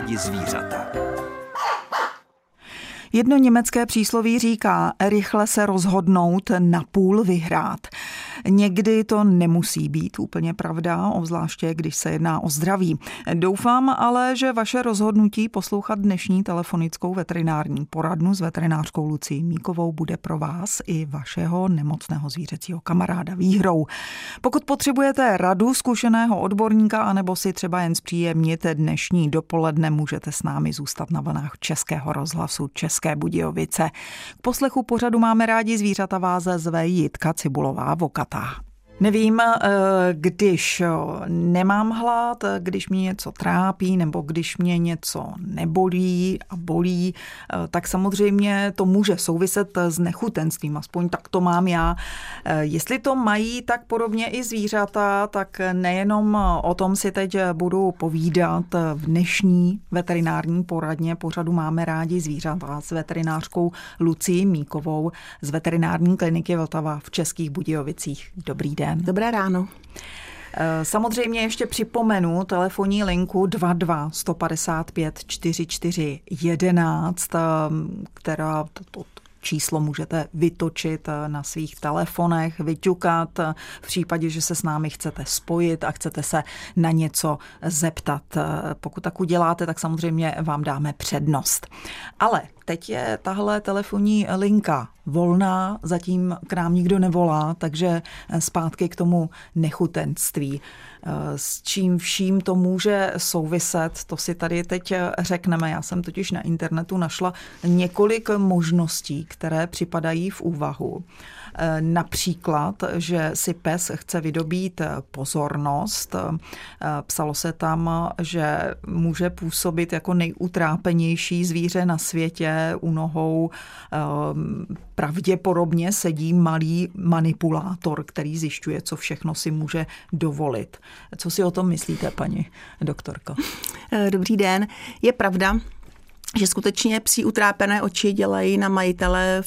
rádi zvířata. Jedno německé přísloví říká, rychle se rozhodnout, napůl vyhrát. Někdy to nemusí být úplně pravda, obzvláště když se jedná o zdraví. Doufám ale, že vaše rozhodnutí poslouchat dnešní telefonickou veterinární poradnu s veterinářkou Lucií Míkovou bude pro vás i vašeho nemocného zvířecího kamaráda výhrou. Pokud potřebujete radu zkušeného odborníka anebo si třeba jen zpříjemnit dnešní dopoledne, můžete s námi zůstat na vlnách Českého rozhlasu České Budějovice. K poslechu pořadu Máme rádi zvířata vás zve Jitka Cibulová-Vokatá. Nevím, když nemám hlad, když mě něco trápí nebo když mě něco nebolí a bolí, tak samozřejmě to může souviset s nechutenstvím, aspoň tak to mám já. Jestli to mají tak podobně i zvířata, tak nejenom o tom si teď budu povídat v dnešní veterinární poradně pořadu Máme rádi zvířata s veterinářkou Lucií Míkovou z veterinární kliniky Vltava v Českých Budějovicích. Dobrý den. Dobré ráno. Samozřejmě ještě připomenu telefonní linku 22 155 44 11, která to číslo můžete vytočit na svých telefonech, vyťukat v případě, že se s námi chcete spojit a chcete se na něco zeptat. Pokud tak uděláte, tak samozřejmě vám dáme přednost. Ale teď je tahle telefonní linka volná, zatím k nám nikdo nevolá, takže zpátky k tomu nechutenství. S čím vším to může souviset, to si tady teď řekneme. Já jsem totiž na internetu našla několik možností, které připadají v úvahu. Například, že si pes chce vydobít pozornost. Psalo se tam, že může působit jako nejutrápenější zvíře na světě. U nohou pravděpodobně sedí malý manipulátor, který zjišťuje, co všechno si může dovolit. Co si o tom myslíte, paní doktorko? Dobrý den. Je pravda, že skutečně psí utrápené oči dělají na majitele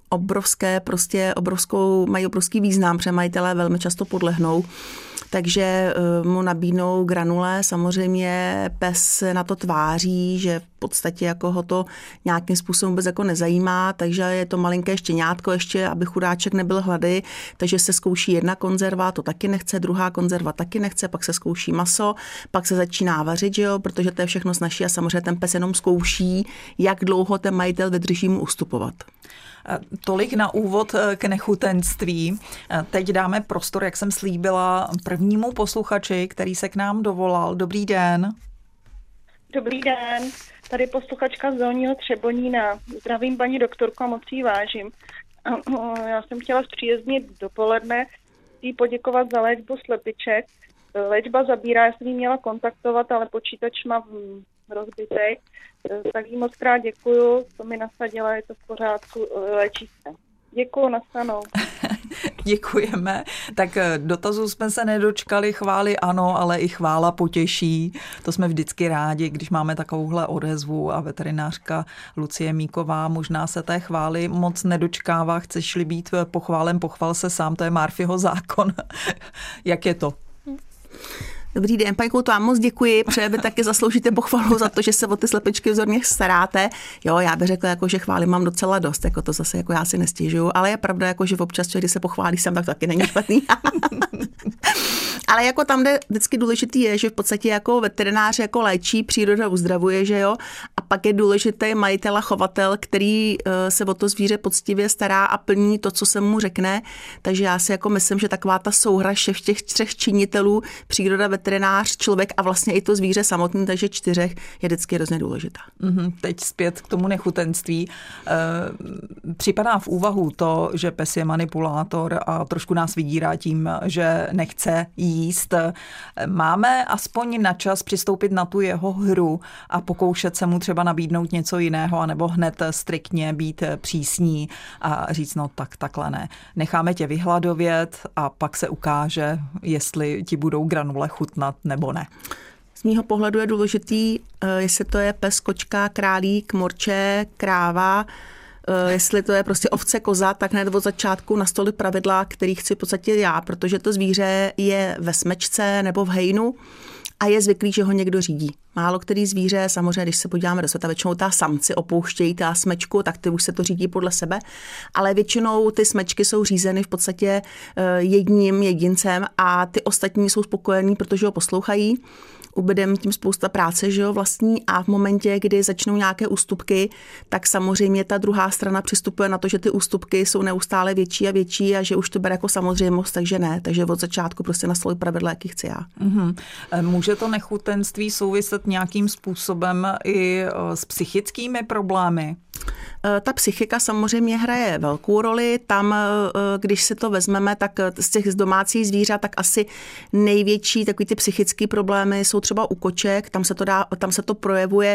mají obrovský význam, protože majitelé velmi často podlehnou, takže mu nabídnou granule. Samozřejmě pes se na to tváří, že v podstatě jako ho to nějakým způsobem vůbec jako nezajímá, takže je to malinké štěňátko ještě, aby chudáček nebyl hlady, takže se zkouší jedna konzerva, to taky nechce, druhá konzerva taky nechce, pak se zkouší maso, pak se začíná vařit, že jo, protože to je všechno snaží a samozřejmě ten pes jenom zkouší, jak dlouho ten majitel vydrží mu ustupovat. Tolik na úvod k nechutenství. Teď dáme prostor, jak jsem slíbila, prvnímu posluchači, který se k nám dovolal. Dobrý den. Dobrý den. Tady posluchačka z Dolního Třebonína. Zdravím paní doktorku a moc jí vážím. Já jsem chtěla zpříjezdnit dopoledne jí poděkovat za léčbu slepiček. Léčba zabírá, já jsem jí měla kontaktovat, ale počítač má rozbitej. Tak jí moc krát děkuju, to mi nasadila, je to v pořádku, léčí se. Děkuju, nastanou. Děkujeme. Tak dotazů jsme se nedočkali, chvály ano, ale i chvála potěší. To jsme vždycky rádi, když máme takovouhle odezvu a veterinářka Lucie Míková možná se té chvály moc nedočkává. Chceš-li být pochválen, pochval se sám, to je Murphyho zákon. Jak je to? Dobrý den, paní Kouto, vám moc děkuji, protože vy taky zasloužíte pochvalu za to, že se o ty slepičky vzorně staráte. Jo, já bych řekla, jako, že chvály mám docela dost, jako to zase jako já si nestěžuju, ale je pravda, jako, že občas, když se pochválí sám, tak to taky není špatný. Ale jako tam, kde vždycky důležitý je, že v podstatě jako veterinář jako léčí, příroda uzdravuje, že jo, a pak je důležitý majitel a chovatel, který se o to zvíře poctivě stará a plní to, co se mu řekne. Takže já si jako myslím, že taková ta souhra všech těch 3 činitelů, příroda, veterinář, člověk a vlastně i to zvíře samotný, takže 4 je vždycky hrozně důležitá. Teď zpět k tomu nechutenství. Připadá v úvahu to, že pes je manipulátor a trošku nás vydírá tím, že nechce jíst. Máme aspoň na čas přistoupit na tu jeho hru a pokoušet se mu třeba nabídnout něco jiného, anebo hned striktně být přísní a říct, no tak takhle ne. Necháme tě vyhladovět a pak se ukáže, jestli ti budou granule chutnat nebo ne. Z mýho pohledu je důležitý, jestli to je pes, kočka, králík, morče, kráva, jestli to je prostě ovce, koza, tak hned od začátku nastolit pravidla, který chci v podstatě já, protože to zvíře je ve smečce nebo v hejnu a je zvyklý, že ho někdo řídí. Málo který zvíře, samozřejmě, když se podíváme do světa, většinou ta samci opouštějí ta smečku, tak ty už se to řídí podle sebe, ale většinou ty smečky jsou řízeny v podstatě jedním jedincem a ty ostatní jsou spokojení, protože ho poslouchají. Ubede tím spousta práce, že jo, vlastní, a v momentě, kdy začnou nějaké ústupky, tak samozřejmě ta druhá strana přistupuje na to, že ty ústupky jsou neustále větší a větší a že už to bere jako samozřejmost, takže ne. Takže od začátku prostě nastolují pravidla, jaký chci já. Mm-hmm. Může to nechutenství souviset nějakým způsobem i s psychickými problémy? Ta psychika samozřejmě hraje velkou roli. Tam, když si to vezmeme, tak z těch domácích zvířat, tak asi největší takový ty psychické problémy jsou třeba u koček. Tam se to projevuje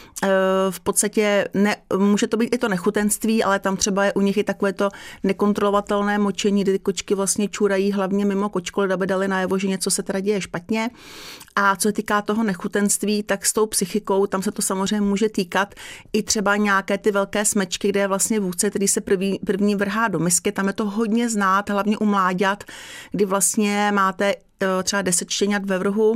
v podstatě, může to být i to nechutenství, ale tam třeba je u nich i takové to nekontrolovatelné močení, kdy ty kočky vlastně čurají hlavně mimo kočkol, aby dali najevo, že něco se teda děje špatně. A co se týká toho nechutenství, tak s tou psychikou, tam se to samozřejmě může týkat i třeba nějaké ty velké smečky, kde je vlastně vůdce, který se první vrhá do misky. Tam je to hodně znát, hlavně u mláďat, kdy vlastně máte třeba 10 štěňat ve vrhu,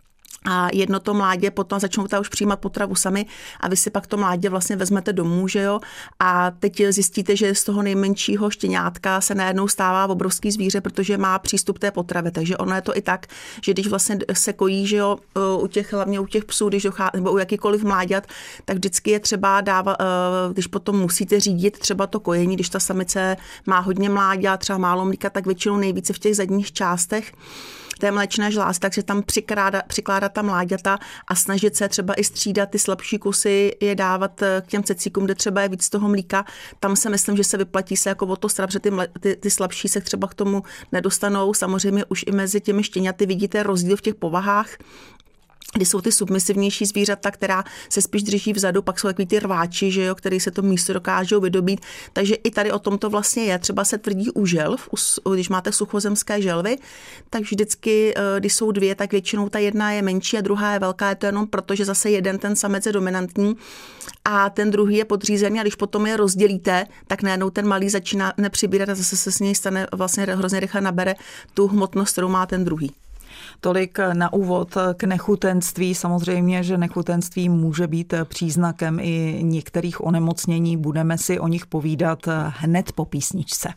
a jedno to mládě potom začnou už přijímat potravu sami a vy si pak to mládě vlastně vezmete domů, že jo? A teď zjistíte, že z toho nejmenšího štěňátka se najednou stává obrovský zvíře, protože má přístup té potravy. Takže ono je to i tak, že když vlastně se kojí, že jo, hlavně u těch psů, když dochází, nebo u jakýkoliv mláďat, tak vždycky je třeba dávat, když potom musíte řídit třeba to kojení, když ta samice má hodně mláďat, třeba málo mlíka, tak většinou nejvíce v těch zadních částech té mléčné žlázy, takže tam přikládat ta mláďata a snažit se třeba i střídat ty slabší kusy, je dávat k těm cecíkům, kde třeba je víc toho mlíka. Tam se myslím, že se vyplatí se jako o to starat, protože ty slabší se třeba k tomu nedostanou. Samozřejmě už i mezi těmi štěňaty vidíte rozdíl v těch povahách, kdy jsou ty submisivnější zvířata, která se spíš drží vzadu, pak jsou takový ty rváči, že jo, který se to místo dokážou vydobít. Takže i tady o tom to vlastně je. Třeba se tvrdí u želv, když máte suchozemské želvy, tak vždycky, když jsou dvě, tak většinou ta jedna je menší a druhá je velká. Je to jenom proto, že zase jeden ten samec je dominantní a ten druhý je podřízený a když potom je rozdělíte, tak najednou ten malý začíná nepřibírat a zase se s něj stane vlastně hrozně rychle nabere tu hmotnost, kterou má ten druhý. Tolik na úvod k nechutenství. Samozřejmě, že nechutenství může být příznakem i některých onemocnění. Budeme si o nich povídat hned po písničce.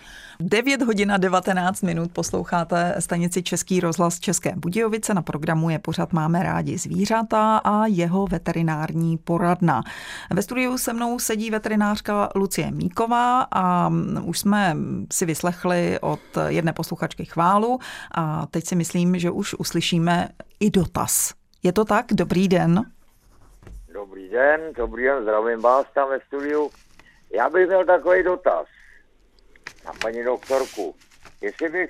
9 hodin a 19 minut posloucháte stanici Český rozhlas České Budějovice. Na programu je pořad Máme rádi zvířata a jeho veterinární poradna. Ve studiu se mnou sedí veterinářka Lucie Míková a už jsme si vyslechli od jedné posluchačky chválu a teď si myslím, že už uslyšíme i dotaz. Je to tak? Dobrý den. Dobrý den, zdravím vás tam ve studiu. Já bych měl takový dotaz na paní doktorku. Jestli bych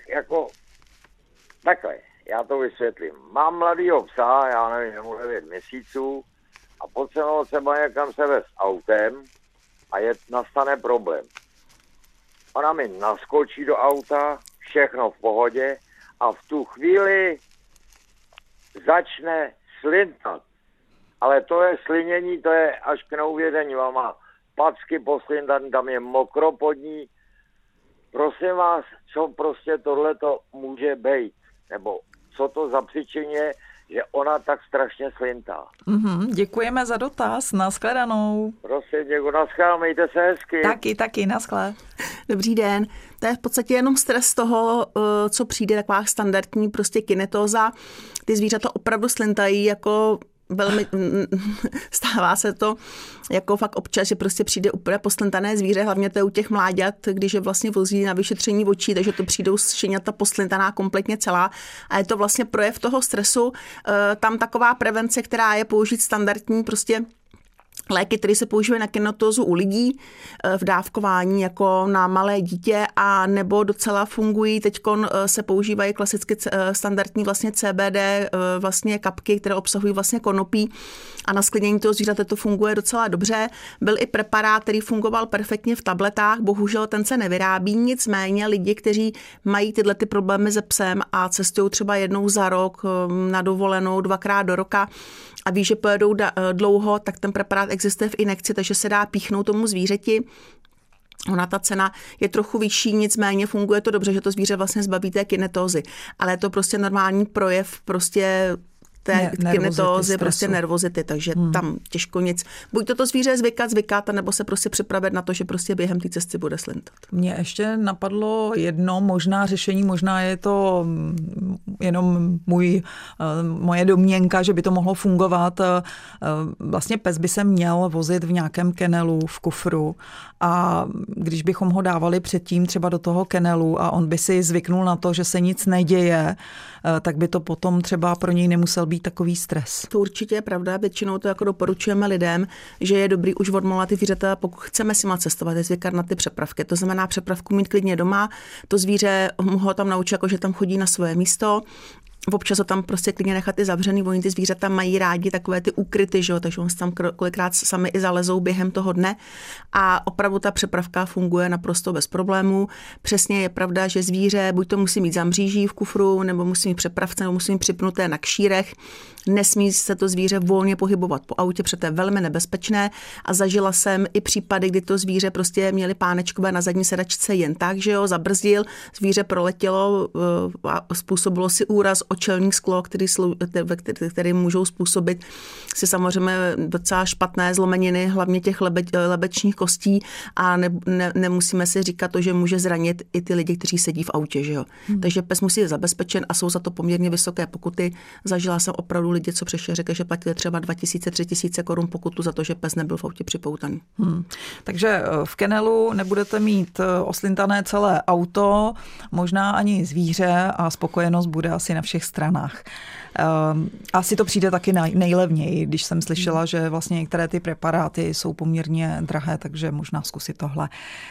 takhle, já to vysvětlím. Mám mladýho psa, já nevím, mu 9 měsíců a potřeboval třeba někam se vést autem a nastane problém. Ona mi naskočí do auta, všechno v pohodě a v tu chvíli začne slintat. Ale to je slinění, to je až k neuvěření. Má packy poslintaný, tam je mokro pod ní. Prosím vás, co prostě tohleto může být? Nebo co to za příčin je, že ona tak strašně slintá? Děkujeme za dotaz. Naschledanou. Prosím, děkuji, naschledanou, mějte se hezky. Taky, naschle. Dobrý den. To je v podstatě jenom stres toho, co přijde, taková standardní prostě kinetóza. Ty zvířata opravdu slintají jako velmi, stává se to jako fakt občas, že prostě přijde úplně poslintané zvíře, hlavně to je u těch mláďat, když je vlastně vozí na vyšetření očí, takže to přijdou štěňata poslintaná kompletně celá a je to vlastně projev toho stresu. Tam taková prevence, která je použít standardní prostě léky, které se používají na kinetózu u lidí v dávkování jako na malé dítě a nebo docela fungují. Teďkon se používají klasicky standardní vlastně CBD vlastně kapky, které obsahují vlastně konopí a na sklinění toho zvířete to funguje docela dobře. Byl i preparát, který fungoval perfektně v tabletách, bohužel ten se nevyrábí, nicméně lidi, kteří mají tyhle ty problémy se psem a cestují třeba jednou za rok na dovolenou, 2krát do roka a ví, že pojedou dlouho, tak ten preparát existuje v injekci, takže se dá píchnout tomu zvířeti. Ona ta cena je trochu vyšší, nicméně funguje to dobře, že to zvíře vlastně zbaví té kinetózy. Ale je to prostě normální projev prostě té kinetózy, prostě nervozity, takže tam těžko nic. Buď to zvíře zvykat, nebo se prostě připravit na to, že prostě během té cesty bude slintat. Mně ještě napadlo jedno možná řešení, možná je to jenom moje domněnka, že by to mohlo fungovat. Vlastně pes by se měl vozit v nějakém kenelu, v kufru, a když bychom ho dávali předtím třeba do toho kenelu a on by si zvyknul na to, že se nic neděje, tak by to potom třeba pro něj nemusel být takový stres. To určitě je pravda, většinou to jako doporučujeme lidem, že je dobrý už od malá ty zvířata, pokud chceme s nima cestovat, je zvykat na ty přepravky. To znamená přepravku mít klidně doma, to zvíře ho tam naučí, jako že tam chodí na svoje místo. Občas ho tam prostě klidně nechat i zavřený, oni ty zvířata mají rádi takové ty úkryty, že jo, takže on se tam kolikrát sami i zalezou během toho dne a opravdu ta přepravka funguje naprosto bez problémů. Přesně je pravda, že zvíře buď to musí mít za mříží v kufru, nebo musí mít přepravce, nebo musí mít připnuté na kšírech. Nesmí se to zvíře volně pohybovat po autě, protože to je velmi nebezpečné a zažila jsem i případy, kdy to zvíře prostě měli pánečkové na zadní sedačce jen tak, že jo, zabrzdil, zvíře proletělo a způsobilo si úraz o čelní sklo, který můžou způsobit si samozřejmě docela špatné zlomeniny, hlavně těch lebečních kostí a nemusíme si říkat to, že může zranit i ty lidi, kteří sedí v autě, že jo. Takže pes musí být zabezpečen a jsou za to poměrně vysoké pokuty. Zažila jsem opravdu lidi, co přišli, řekli, že platili třeba 2000–3000 korun pokutu za to, že pes nebyl v autě připoutaný. Takže v kenelu nebudete mít oslintané celé auto, možná ani zvíře a spokojenost bude asi na všech stranách. Asi to přijde taky nejlevněji, když jsem slyšela, že vlastně některé ty preparáty jsou poměrně drahé, takže možná zkusit tohle.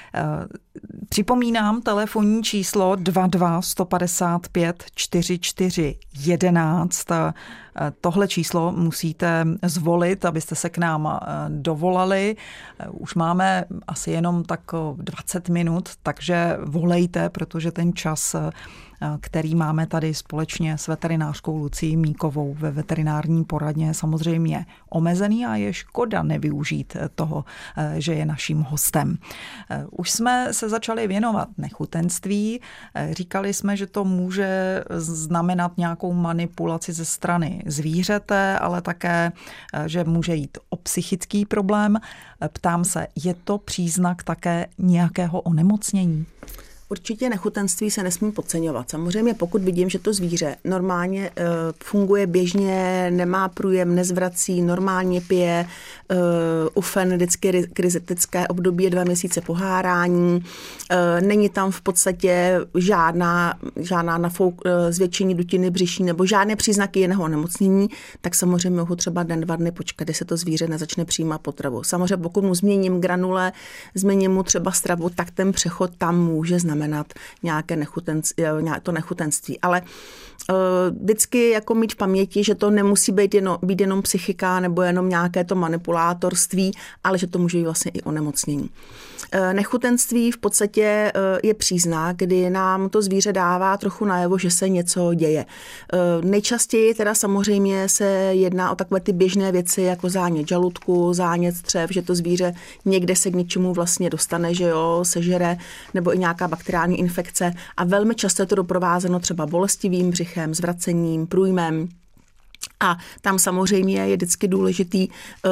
Připomínám telefonní číslo 22 155 44 11. Tohle číslo musíte zvolit, abyste se k nám dovolali. Už máme asi jenom tak 20 minut, takže volejte, protože ten čas, který máme tady společně s veterinářkou Lucií Míkovou ve veterinární poradně, je samozřejmě omezený a je škoda nevyužít toho, že je naším hostem. Už jsme se začali věnovat nechutenství. Říkali jsme, že to může znamenat nějakou manipulaci ze strany zvířete, ale také, že může jít o psychický problém. Ptám se, je to příznak také nějakého onemocnění? Určitě nechutenství se nesmí podceňovat. Samozřejmě pokud vidím, že to zvíře normálně funguje běžně, nemá průjem, nezvrací, normálně pije, ufen vždycky krizetické období je 2 měsíce pohárání, není tam v podstatě žádná zvětšení dutiny břiší nebo žádné příznaky jiného onemocnění, tak samozřejmě mohu třeba 1–2 dny počkat, kdy se to zvíře nezačne přijímat potravu. Samozřejmě pokud mu změním granule, změním mu třeba stravu, tak ten přechod tam může znamenat nějaké nechutenství. Ale vždycky jako mít v paměti, že to nemusí být jenom psychika nebo jenom nějaké to manipulátorství, ale že to může být vlastně i onemocnění. Nechutenství v podstatě je příznak, kdy nám to zvíře dává trochu najevo, že se něco děje. Nejčastěji teda samozřejmě se jedná o takové ty běžné věci, jako zánět žaludku, zánět střev, že to zvíře někde se k něčemu vlastně dostane, že jo, sežere, nebo i nějaká bakteriální infekce. A velmi často je to doprovázeno třeba bolestivým břichem, zvracením, průjmem. A tam samozřejmě je vždycky důležitý,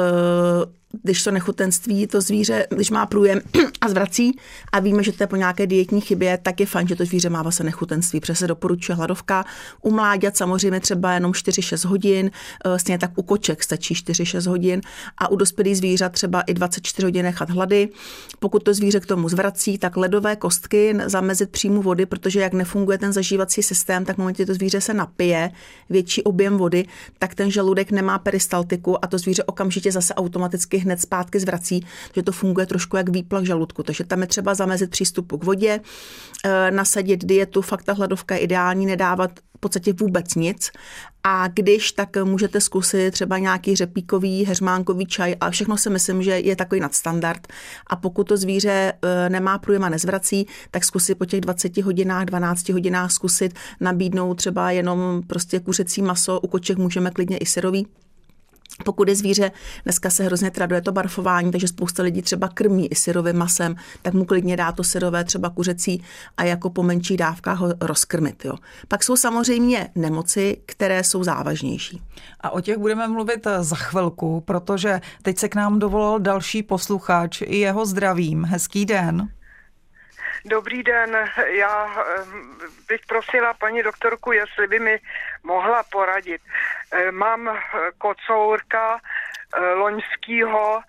když to nechutenství, to zvíře, když má průjem a zvrací a víme, že to je po nějaké dietní chybě, tak je fajn, že to zvíře má vlastně nechutenství, protože se doporučuje hladovka. U mláďat samozřejmě třeba jenom 4–6 hodin, stejně tak u koček stačí 4–6 hodin a u dospělých zvířat třeba i 24 hodin nechat hlady. Pokud to zvíře k tomu zvrací, tak ledové kostky zamezit příjmu vody, protože jak nefunguje ten zažívací systém, tak v momentě to zvíře se napije větší objem vody, tak ten žaludek nemá peristaltiku a to zvíře okamžitě zase automaticky hned zpátky zvrací, že to funguje trošku jak výplach žaludku. Takže tam je třeba zamezit přístupu k vodě, nasadit dietu, fakt ta hladovka je ideální, nedávat v podstatě vůbec nic. A když, tak můžete zkusit třeba nějaký řepíkový, heřmánkový čaj a všechno si myslím, že je takový nadstandard. A pokud to zvíře nemá průjem a nezvrací, tak zkusit po těch 20 hodinách, 12 hodinách zkusit nabídnout třeba jenom prostě kuřecí maso, u koček můžeme klidně i syrový. Pokud je zvíře, dneska se hrozně traduje to barfování, takže spousta lidí třeba krmí i syrovým masem, tak mu klidně dá to syrové, třeba kuřecí a jako po menších dávkách ho rozkrmit. Jo. Pak jsou samozřejmě nemoci, které jsou závažnější. A o těch budeme mluvit za chvilku, protože teď se k nám dovolal další posluchač, i jeho zdravím. Hezký den. Dobrý den, já bych prosila paní doktorku, jestli by mi mohla poradit. Mám kocourka loňskýho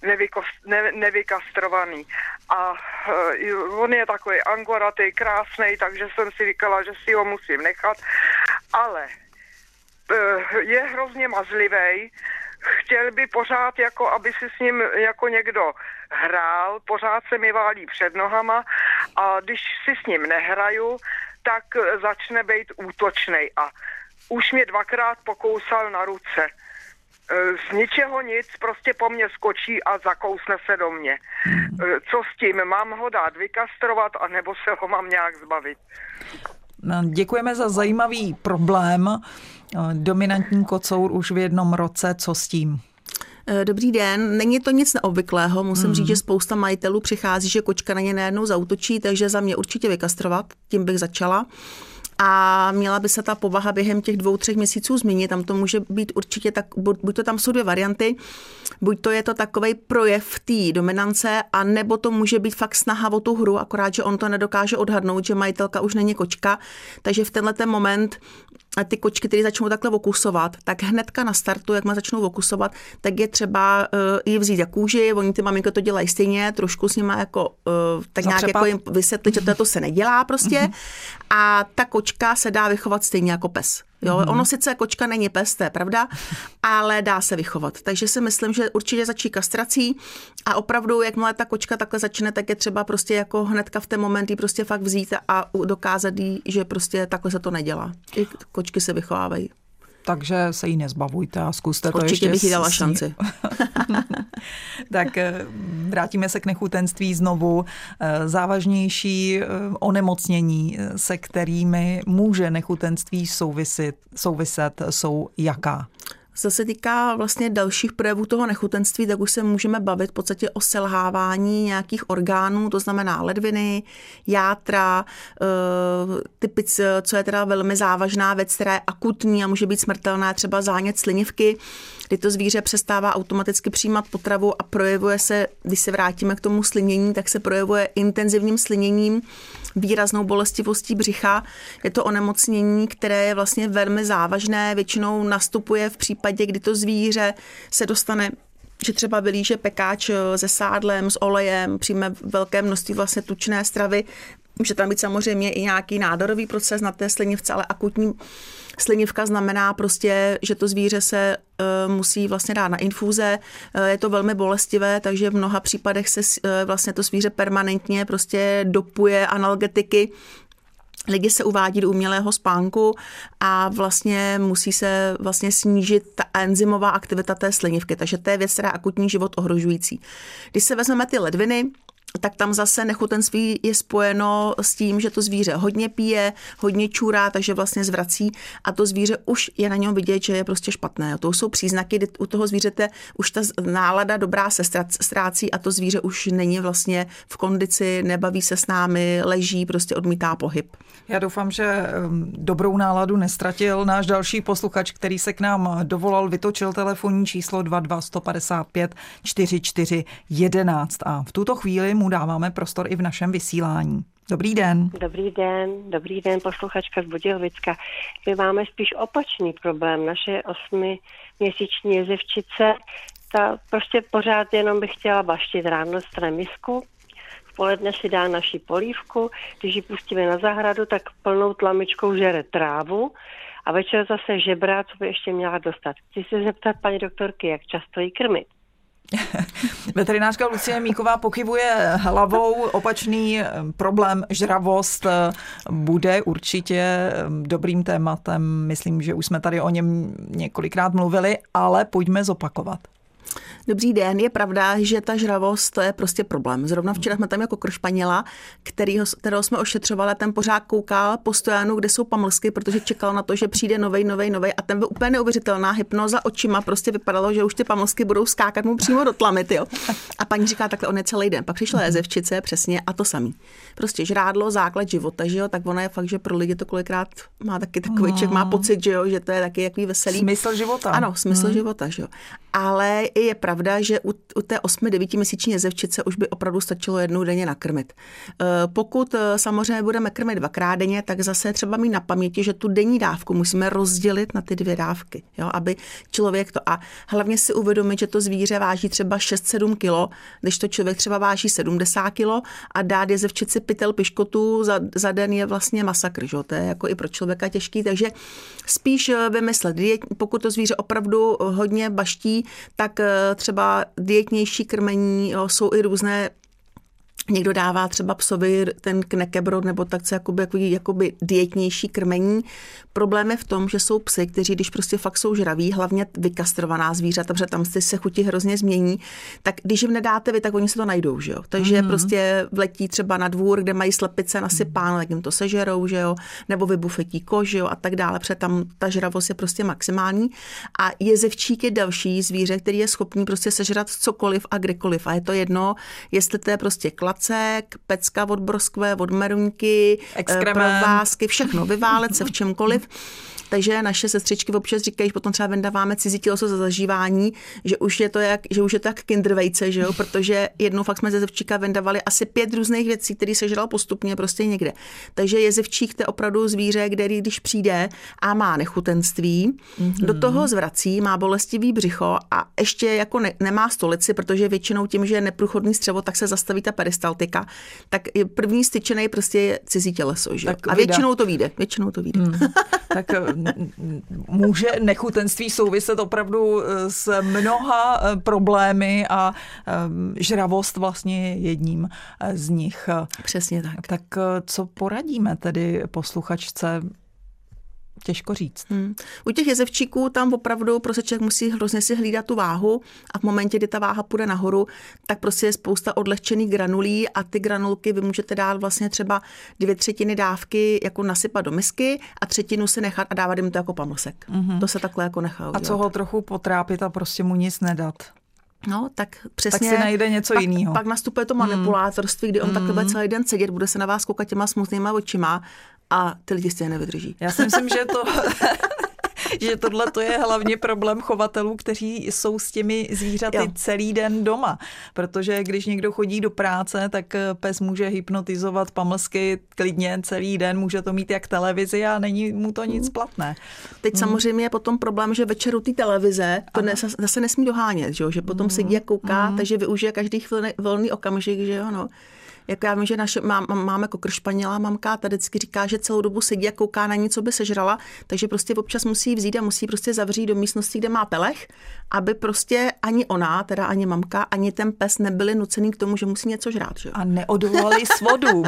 nevykastrovaný a on je takový angoratý, krásnej, takže jsem si říkala, že si ho musím nechat, ale je hrozně mazlivej. Chtěl by pořád, jako aby si s ním jako někdo hrál, pořád se mi válí před nohama a když si s ním nehraju, tak začne být útočnej a už mě 2krát pokousal na ruce. Z ničeho nic, prostě po mně skočí a zakousne se do mě. Co s tím? Mám ho dát vykastrovat, anebo se ho mám nějak zbavit? Děkujeme za zajímavý problém. Dominantní kocour už v 1 roce, co s tím? Dobrý den, není to nic neobvyklého, musím říct, že spousta majitelů přichází, že kočka na ně najednou zaútočí, takže za mě určitě vykastrovat, tím bych začala. A měla by se ta povaha během těch 2-3 měsíců změnit. Tam to může být určitě tak, buď to tam jsou 2 varianty, buď to je to takovej projev té dominance, a nebo to může být fakt snaha o tu hru, akorát, že on to nedokáže odhadnout, že majitelka už není kočka, takže v tenhle ten moment ty kočky, které začnou takhle okusovat, tak hnedka na startu, jak má začnou okusovat, tak je třeba ji vzít za kůži, oni ty maminko to dělají stejně, trošku s nima jako tak nějak jako jim vysvětlit, že to se nedělá prostě a ta kočka se dá vychovat stejně jako pes. Jo, ono sice kočka není pes, to je pravda, ale dá se vychovat. Takže si myslím, že určitě začí kastrací a opravdu, jakmile ta kočka takhle začne, tak je třeba prostě jako hnedka v ten moment jí prostě fakt vzít a dokázat jí, že prostě takhle se to nedělá. I kočky se vychovávají. Takže se jí nezbavujte a zkuste to určitě ještě. Určitě bych jí dala šanci. Tak vrátíme se k nechutenství znovu. Závažnější onemocnění, se kterými může nechutenství souviset, jsou jaká? Co se týká vlastně dalších projevů toho nechutenství, tak už se můžeme bavit v podstatě o selhávání nějakých orgánů, to znamená ledviny, játra, co je teda velmi závažná věc, která je akutní a může být smrtelná, třeba zánět slinivky, kdy to zvíře přestává automaticky přijímat potravu a projevuje se, když se vrátíme k tomu slinění, tak se projevuje intenzivním sliněním, výraznou bolestivostí břicha. Je to onemocnění, které je vlastně velmi závažné, většinou nastupuje v případě, kdy to zvíře se dostane, že třeba vylíže pekáč se sádlem, s olejem, přijme velké množství vlastně tučné stravy. Může tam být samozřejmě i nějaký nádorový proces na té slinivce, ale akutní slinivka znamená prostě, že to zvíře se musí vlastně dát na infúze. Je to velmi bolestivé, takže v mnoha případech se vlastně to zvíře permanentně prostě dopuje analgetiky. Lidi se uvádí do umělého spánku a vlastně musí se vlastně snížit ta enzymová aktivita té slinivky, takže to je věc, která je akutní život ohrožující. Když se vezmeme ty ledviny, tak tam zase nechutenství je spojeno s tím, že to zvíře hodně pije, hodně čůrá, takže vlastně zvrací a to zvíře už je na něm vidět, že je prostě špatné. To jsou příznaky, kdy u toho zvířete už ta nálada dobrá se ztrácí a to zvíře už není vlastně v kondici, nebaví se s námi, leží, prostě odmítá pohyb. Já doufám, že dobrou náladu nestratil náš další posluchač, který se k nám dovolal, vytočil telefonní číslo 22 155 44 11 a v tuto chvíli mu dáváme prostor i v našem vysílání. Dobrý den. Dobrý den, posluchačka z Budějovicka. My máme spíš opačný problém. Naše 8měsíční jezevčice, ta prostě pořád jenom by chtěla baštit, ráno dostane misku, v poledne si dá naši polívku, když ji pustíme na zahradu, tak plnou tlamičkou žere trávu a večer zase žebrá, co by ještě měla dostat. Chci se zeptat paní doktorky, jak často jí krmit. Veterinářka Lucie Míková pokyvuje hlavou. Opačný problém, žravost, bude určitě dobrým tématem. Myslím, že už jsme tady o něm několikrát mluvili, ale pojďme zopakovat. Dobrý den, je pravda, že ta žravost to je prostě problém. Zrovna včera jsme tam jako krošpaněla, kterého jsme ošetřovali, ten pořád koukal po stojanu, kde jsou pamlsky, protože čekal na to, že přijde novej a ten byl úplně neuvěřitelná hypnoza očima, prostě vypadalo, že už ty pamlsky budou skákat mu přímo do tlamy, tyjo. A paní říká, takhle on je celý den. Pak přišla jezevčice, přesně, a to samý. Prostě žrádlo, základ života, že jo, tak ona je fakt, že pro lidi to kolikrát má taky takový člověk, má pocit, že jo, že to je taky jaký veselý. Smysl života. Ano, smysl života, že jo. Ale je pravda, že u té 8-9 měsíční jezevčice už by opravdu stačilo jednou denně nakrmit. Pokud samozřejmě budeme krmit 2krát denně, tak zase třeba mít na paměti, že tu denní dávku musíme rozdělit na ty 2 dávky, jo, aby člověk to a hlavně si uvědomit, že to zvíře váží třeba 6-7 kilo, když to člověk třeba váží 70 kilo a dát jezevčici pytel piškotu za den je vlastně masakr, že? To je jako i pro člověka těžký, takže spíš vymyslet, pokud to zvíře opravdu hodně baští, tak třeba dietnější krmení, jo, jsou i různé. Někdo dává třeba psovi ten knekebrod nebo tak co jakoby dietnější krmení. Problém je v tom, že jsou psy, kteří když prostě fakt jsou žraví, hlavně vykastrovaná zvířata, protože tam se chuti hrozně změní, tak když jim nedáte vy, tak oni se to najdou, že jo. Takže prostě vletí třeba na dvůr, kde mají slepice nasypáno, tak jim to sežerou, že jo, nebo vybufetí kož, jo, a tak dále, protože tam ta žravost je prostě maximální. A jezevčík je další zvíře, který je schopný prostě sežrat cokoliv a kdekoliv. A je to jedno, jestli to je prostě klacek, pecka od broskve, od meruňky, provázky, všechno, vyválet se v čemkoliv. Takže naše sestřičky občas říkají, že potom třeba vendáváme cizí těleso za zažívání, že už je to jak kindervejce, že jo? Protože jednou fakt jsme ze jezevčíka vendávali asi 5 různých věcí, který sežral postupně prostě někde. Takže jezevčík to je opravdu zvíře, který když přijde a má nechutenství, do toho zvrací, má bolestivý břicho a ještě jako nemá stolici, protože většinou tím, že je neprůchodný střevo, tak se zastaví ta peristaltika. Tak první styčený prostě je cizí těleso, že jo? A většinou to vyjde. Tak může nechutenství souviset opravdu s mnoha problémy a žravost vlastně je jedním z nich. Přesně tak. Tak co poradíme tedy posluchačce? Těžko říct. U těch jezevčíků tam opravdu prostě člověk musí hrozně si hlídat tu váhu a v momentě, kdy ta váha půjde nahoru, tak prostě je spousta odlehčených granulí a ty granulky vy můžete dát vlastně třeba 2/3 dávky jako nasypat do misky a 1/3 si nechat a dávat jim to jako pamlsek. To se takhle jako nechá udělat. A co ho trochu potrápit a prostě mu nic nedat? No, tak přesně. Tak si najde něco jiného. Pak nastupuje to manipulátorství, kdy on takhle bude celý den sedět, bude se na vás koukat těma smutnýma očima a ty lidi si je nevydrží. Já si myslím, že tohle to je hlavně problém chovatelů, kteří jsou s těmi zvířaty celý den doma. Protože když někdo chodí do práce, tak pes může hypnotizovat pamlsky klidně celý den, může to mít jak televizi a není mu to nic platné. Teď samozřejmě je potom problém, že večer u té televize to zase nesmí dohánět, že potom sedí a kouká, takže využije každý volný okamžik, že jo, no. Jako já vím, že naše máme kokršpaněla, mamka ta vždycky říká, že celou dobu sedí a kouká na něco, by sežrala, takže prostě občas musí vzít a musí prostě zavřít do místnosti, kde má pelech, aby prostě ani ona, teda ani mamka, ani ten pes nebyli nucený k tomu, že musí něco žrát. Že? A neodolali svodům.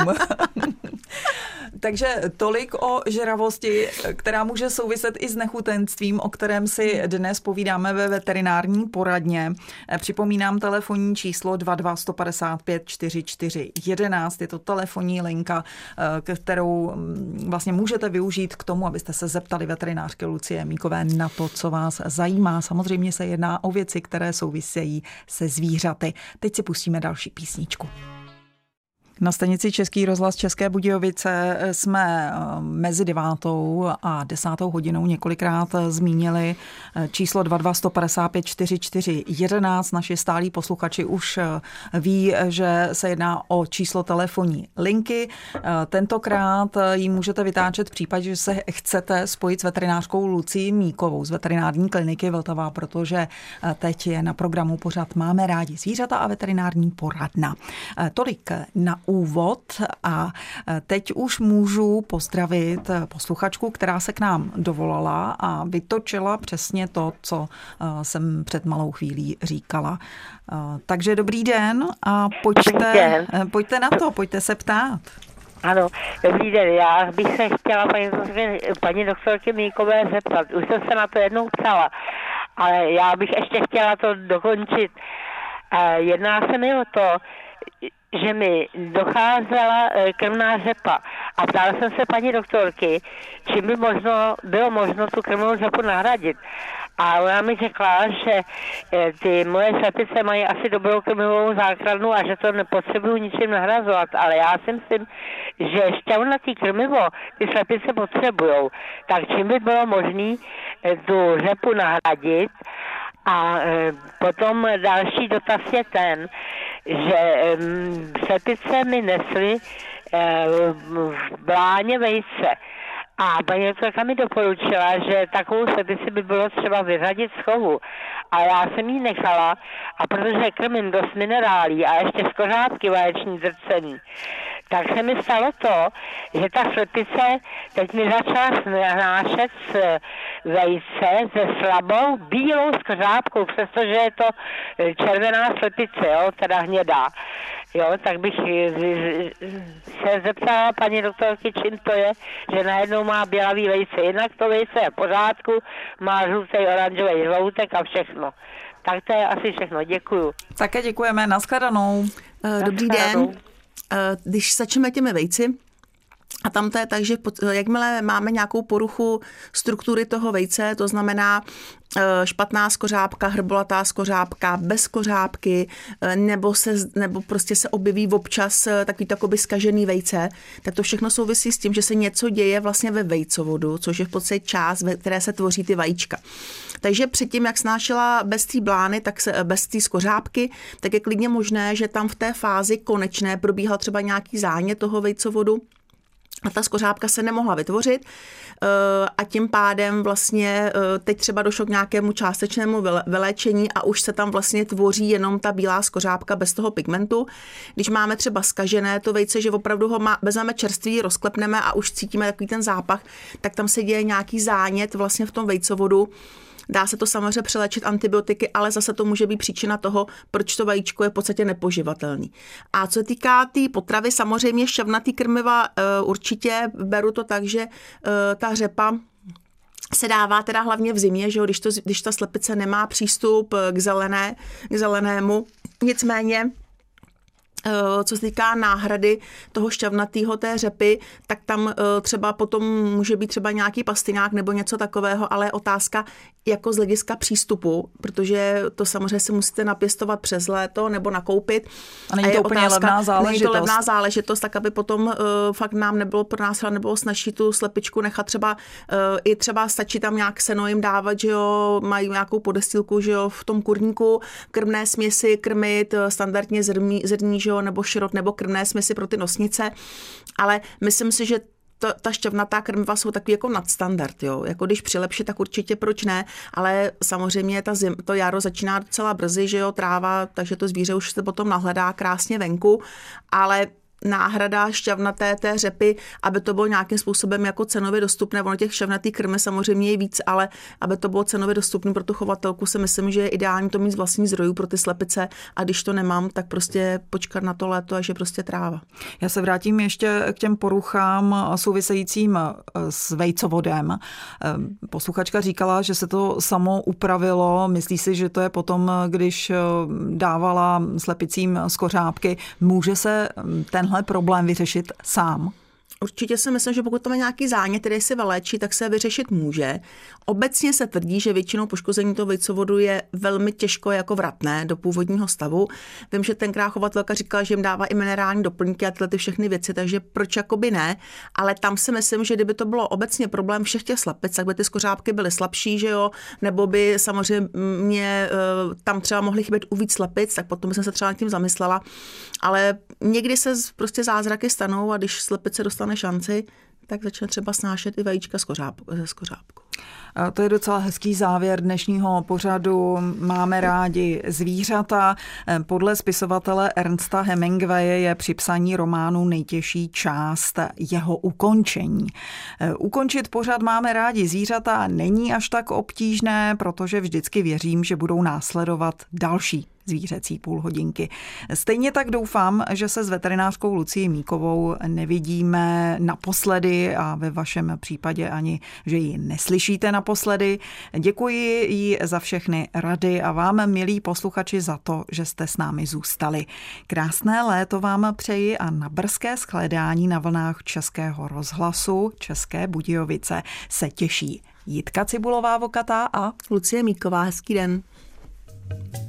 Takže tolik o žravosti, která může souviset i s nechutenstvím, o kterém si dnes povídáme ve veterinární poradně. Připomínám telefonní číslo 22 155 44 11. Je to telefonní linka, kterou vlastně můžete využít k tomu, abyste se zeptali veterinářky Lucie Míkové na to, co vás zajímá. Samozřejmě se jedná o věci, které souvisejí se zvířaty. Teď si pustíme další písničku. Na stanici Český rozhlas České Budějovice jsme mezi 9. a 10. hodinou několikrát zmínili číslo 22 155 44 11. Naši stálí posluchači už ví, že se jedná o číslo telefonní linky. Tentokrát ji můžete vytáčet v případě, že se chcete spojit s veterinářkou Lucií Míkovou z veterinární kliniky Vltava, protože teď je na programu pořad Máme rádi zvířata a veterinární poradna. Tolik na úvod a teď už můžu pozdravit posluchačku, která se k nám dovolala a vytočila přesně to, co jsem před malou chvílí říkala. Takže dobrý den a pojďte na to, pojďte se ptát. Ano, dobrý den. Já bych se chtěla paní doktorky Míkové zeptat. Už jsem se na to jednou ptala. Ale já bych ještě chtěla to dokončit. Jedná se mi o to, že mi docházela krmná řepa a ptala jsem se paní doktorky, čím by bylo možno tu krmnou řepu nahradit. A ona mi řekla, že ty moje slepice mají asi dobrou krmivou základnu a že to nepotřebuju ničím nahrazovat. Ale já si myslím, že šťavnatý krmivo ty slepice potřebujou. Tak čím by bylo možné tu řepu nahradit? A potom další dotaz je ten, že slepice mi nesly v bláně vejce. A paní doktorka mi doporučila, že takovou slepici by bylo třeba vyřadit z chovu. A já jsem ji nechala, a protože krmím dost minerálí a ještě skořápky vaječní drcení, tak se mi stalo to, že ta slepice teď mi začala snášet z vejce se slabou bílou skořápkou, přestože je to červená slepice, jo, teda hnědá. Jo, tak bych se zeptala paní doktorky, čím to je, že najednou má bělavý vejce. Jinak to vejce je v pořádku, má žlutý, oranžový žloutek a všechno. Tak to je asi všechno, děkuju. Také děkujeme, nashledanou. Dobrý den. Když začneme těmi vejci, a tam to je tak, že jakmile máme nějakou poruchu struktury toho vejce, to znamená špatná skořápka, hrbolatá skořápka, bez skořápky, nebo prostě se objeví občas takový takoby zkažený vejce, tak to všechno souvisí s tím, že se něco děje vlastně ve vejcovodu, což je v podstatě část, ve které se tvoří ty vajíčka. Takže předtím, jak snášela bez té blány, tak bez té skořápky, tak je klidně možné, že tam v té fázi konečné probíhal třeba nějaký zánět toho vejcovodu, a ta skořápka se nemohla vytvořit a tím pádem vlastně teď třeba došlo k nějakému částečnému vyléčení a už se tam vlastně tvoří jenom ta bílá skořápka bez toho pigmentu. Když máme třeba zkažené to vejce, že opravdu ho vezmeme čerstvý, rozklepneme a už cítíme takový ten zápach, tak tam se děje nějaký zánět vlastně v tom vejcovodu. Dá se to samozřejmě přeléčit antibiotiky, ale zase to může být příčina toho, proč to vajíčko je v podstatě nepoživatelný. A co se týká té potravy, samozřejmě šťavnatý krmiva, určitě beru to tak, že ta řepa se dává teda hlavně v zimě, že jo, když ta slepice nemá přístup k zelenému. Nicméně co se týká náhrady toho šťavnatého té řepy, tak tam třeba potom může být třeba nějaký pastinák nebo něco takového, ale je otázka jako z hlediska přístupu, protože to samozřejmě si musíte napěstovat přes léto nebo nakoupit. A není to úplně levná záležitost. Není to levná záležitost, tak aby potom fakt nám nebylo pro nás nebylo snažší tu slepičku nechat třeba i třeba stačí tam nějak seno jim dávat, že jo, mají nějakou podestýlku, že jo, v tom kurníku, krmné směsi krmit, standardně zrní, že jo, nebo šrot, nebo krmné směsi pro ty nosnice, ale myslím si, že ta šťavnatá krmiva jsou takový jako nadstandard, jo. Jako když přilepšit, tak určitě proč ne, ale samozřejmě to jaro začíná docela brzy, že jo, tráva, takže to zvíře už se potom nahledá krásně venku, ale náhrada šťavnaté té řepy, aby to bylo nějakým způsobem jako cenově dostupné. Ono těch šťavnatých krmy samozřejmě je víc, ale aby to bylo cenově dostupné pro tu chovatelku, si myslím, že je ideální to mít z vlastních zdrojů pro ty slepice a když to nemám, tak prostě počkat na to léto, až je prostě tráva. Já se vrátím ještě k těm poruchám souvisejícím s vejcovodem. Posluchačka říkala, že se to samo upravilo. Myslí si, že to je potom, když dávala slepicím skořápky. Může se tenhle problém vyřešit sám? Určitě si myslím, že pokud to má nějaký zánět, který se vyléčí, tak se vyřešit může. Obecně se tvrdí, že většinou poškození toho vejcovodu je velmi těžko jako vratné do původního stavu. Vím, že tenkrát chovatelka říkala, že jim dává i minerální doplňky a tyhle ty všechny věci, takže proč jakoby ne, ale tam si myslím, že kdyby to bylo obecně problém všech těch slepic, tak by ty skořápky byly slabší, že jo, nebo by samozřejmě tam třeba mohly chybět u víc slepic, tak potom jsem se třeba nad tím zamyslela, ale někdy se prostě zázraky stanou a když slepice dostane šanci, tak začne třeba snášet i vajíčka ze skořápku. To je docela hezký závěr dnešního pořadu. Máme rádi zvířata. Podle spisovatele Ernsta Hemingwaye je při psaní románu nejtěžší část jeho ukončení. Ukončit pořad Máme rádi zvířata není až tak obtížné, protože vždycky věřím, že budou následovat další. zvířecí půlhodinky. Stejně tak doufám, že se s veterinářkou Lucií Míkovou nevidíme naposledy a ve vašem případě ani, že ji neslyšíte naposledy. Děkuji jí za všechny rady a vám, milí posluchači, za to, že jste s námi zůstali. Krásné léto vám přeji a na brzké shlédání na vlnách Českého rozhlasu České Budějovice se těší Jitka Cibulová-Vokatá a Lucie Míková. Hezký den.